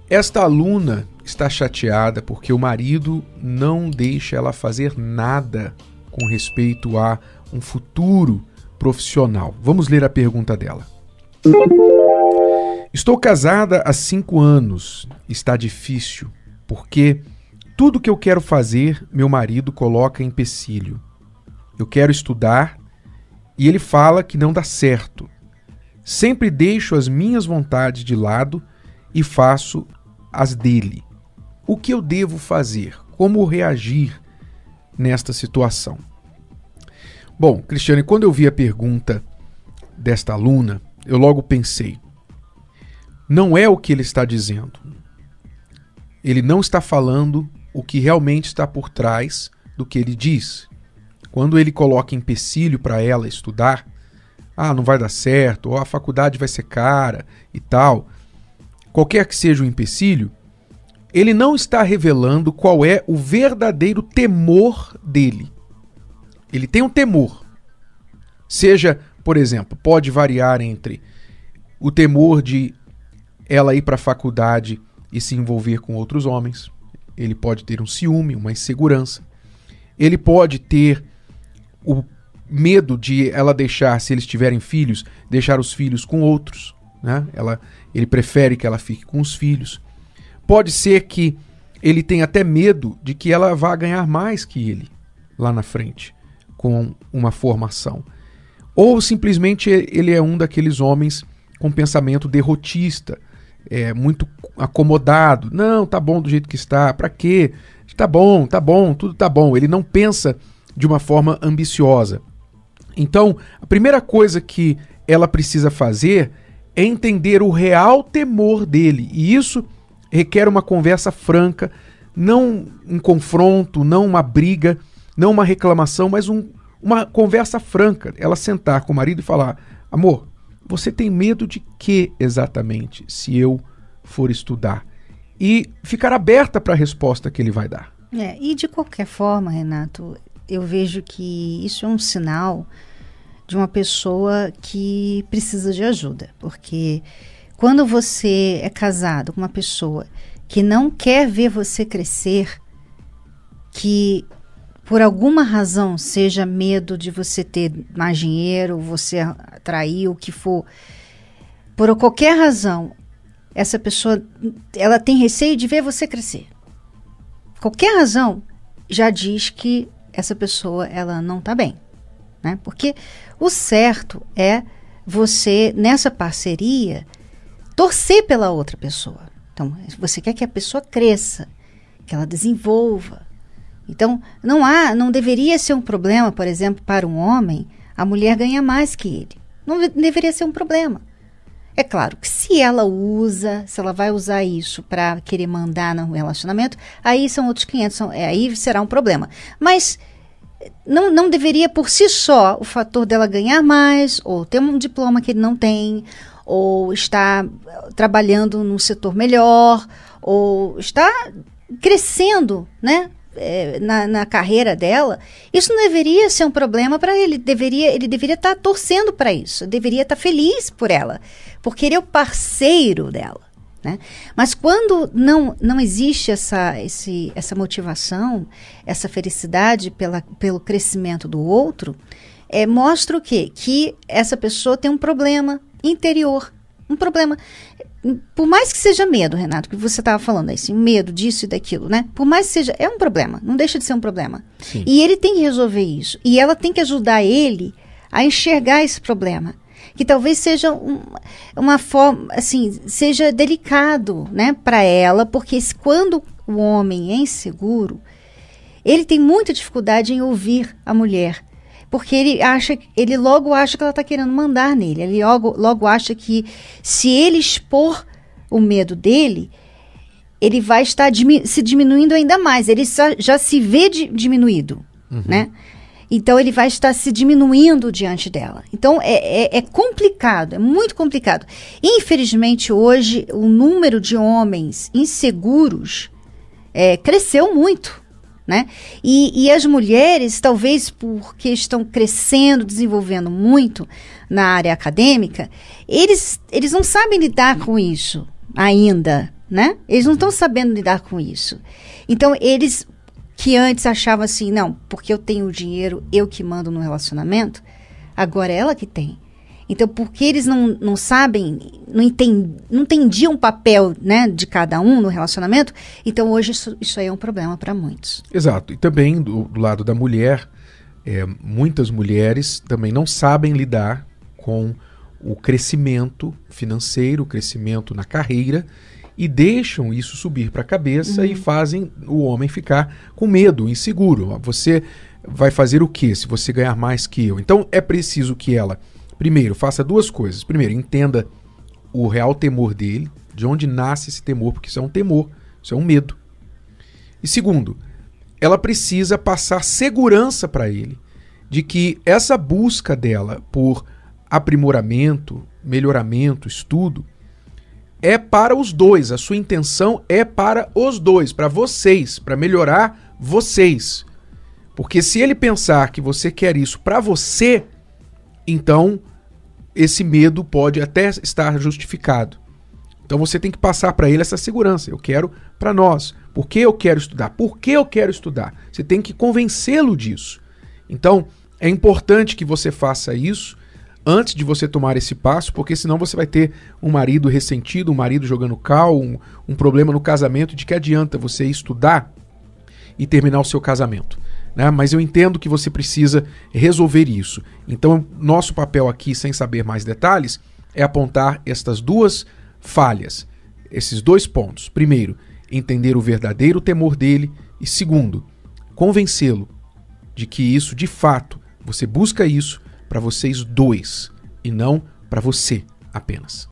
Esta aluna está chateada porque o marido não deixa ela fazer nada com respeito a um futuro profissional. Vamos ler a pergunta dela. Estou casada há 5 anos. Está difícil, porque tudo que eu quero fazer, meu marido coloca empecilho. Eu quero estudar e ele fala que não dá certo. Sempre deixo as minhas vontades de lado e faço as dele. O que eu devo fazer? Como reagir nesta situação? Bom, Cristiane, quando eu vi a pergunta desta aluna, eu logo pensei, não é o que ele está dizendo. Ele não está falando o que realmente está por trás do que ele diz. Quando ele coloca empecilho para ela estudar, não vai dar certo, ou a faculdade vai ser cara e tal, qualquer que seja o empecilho, ele não está revelando qual é o verdadeiro temor dele. Ele tem um temor. Seja, por exemplo, pode variar entre o temor de ela ir para a faculdade e se envolver com outros homens. Ele pode ter um ciúme, uma insegurança. Ele pode ter o medo de ela deixar, se eles tiverem filhos, deixar os filhos com outros, né? Ele prefere que ela fique com os filhos. Pode ser que ele tenha até medo de que ela vá ganhar mais que ele lá na frente, com uma formação. Ou simplesmente ele é um daqueles homens com pensamento derrotista, muito acomodado. Não, tá bom do jeito que está, pra quê? Tá bom, tudo tá bom. Ele não pensa de uma forma ambiciosa. Então, a primeira coisa que ela precisa fazer é entender o real temor dele. E isso requer uma conversa franca, não um confronto, não uma briga, não uma reclamação, mas uma conversa franca. Ela sentar com o marido e falar, amor, você tem medo de quê exatamente se eu for estudar? E ficar aberta para a resposta que ele vai dar. E de qualquer forma, Renato, eu vejo que isso é um sinal de uma pessoa que precisa de ajuda. Porque quando você é casado com uma pessoa que não quer ver você crescer, que por alguma razão, seja medo de você ter mais dinheiro, você atrair o que for, por qualquer razão, essa pessoa ela tem receio de ver você crescer. Qualquer razão já diz que essa pessoa ela não está bem, né? Porque o certo é você, nessa parceria, torcer pela outra pessoa. Então, você quer que a pessoa cresça, que ela desenvolva. Então, não deveria ser um problema, por exemplo, para um homem, a mulher ganha mais que ele. Não deveria ser um problema. É claro que se ela vai usar isso para querer mandar no relacionamento, aí são outros 500, aí será um problema. Mas não deveria por si só o fator dela ganhar mais, ou ter um diploma que ele não tem, ou estar trabalhando num setor melhor, ou estar crescendo, né? Na carreira dela, isso não deveria ser um problema para ele. Ele deveria estar torcendo para isso, deveria estar feliz por ela, porque ele é o parceiro dela, né? Mas quando não existe essa motivação, essa felicidade pelo crescimento do outro, mostra o quê? Que essa pessoa tem um problema interior, um problema. Por mais que seja medo, Renato, que você estava falando, assim, medo disso e daquilo, né? Por mais que seja, é um problema, não deixa de ser um problema. Sim. E ele tem que resolver isso. E ela tem que ajudar ele a enxergar esse problema. Que talvez seja uma forma, assim, seja delicado, né, para ela, porque quando o homem é inseguro, ele tem muita dificuldade em ouvir a mulher. Porque ele logo acha que ela está querendo mandar nele. Ele logo acha que se ele expor o medo dele, ele vai estar se diminuindo ainda mais. Ele já se vê diminuído, né? Então, ele vai estar se diminuindo diante dela. Então, é complicado, é muito complicado. Infelizmente, hoje, o número de homens inseguros cresceu muito. Né? E as mulheres, talvez porque estão crescendo, desenvolvendo muito na área acadêmica, eles não sabem lidar com isso ainda, né? Eles não estão sabendo lidar com isso. Então, eles que antes achavam assim, não, porque eu tenho o dinheiro, eu que mando no relacionamento, agora é ela que tem. Então, porque eles não sabem, não entendiam o papel, né, de cada um no relacionamento, então hoje isso aí é um problema para muitos. Exato. E também do lado da mulher, muitas mulheres também não sabem lidar com o crescimento financeiro, o crescimento na carreira, e deixam isso subir para a cabeça e fazem o homem ficar com medo, inseguro. Você vai fazer o quê se você ganhar mais que eu? Então é preciso que ela, primeiro, faça duas coisas. Primeiro, entenda o real temor dele, de onde nasce esse temor, porque isso é um temor, isso é um medo. E segundo, ela precisa passar segurança para ele de que essa busca dela por aprimoramento, melhoramento, estudo, é para os dois. A sua intenção é para os dois, para vocês, para melhorar vocês. Porque se ele pensar que você quer isso para você, então esse medo pode até estar justificado. Então você tem que passar para ele essa segurança. Eu quero para nós. Por que eu quero estudar? Por que eu quero estudar? Você tem que convencê-lo disso. Então é importante que você faça isso antes de você tomar esse passo, porque senão você vai ter um marido ressentido, um marido jogando cal, um problema no casamento. De que adianta você estudar e terminar o seu casamento, né? Mas eu entendo que você precisa resolver isso. Então, nosso papel aqui, sem saber mais detalhes, é apontar estas duas falhas, esses dois pontos. Primeiro, entender o verdadeiro temor dele, e segundo, convencê-lo de que isso, de fato, você busca isso para vocês dois e não para você apenas.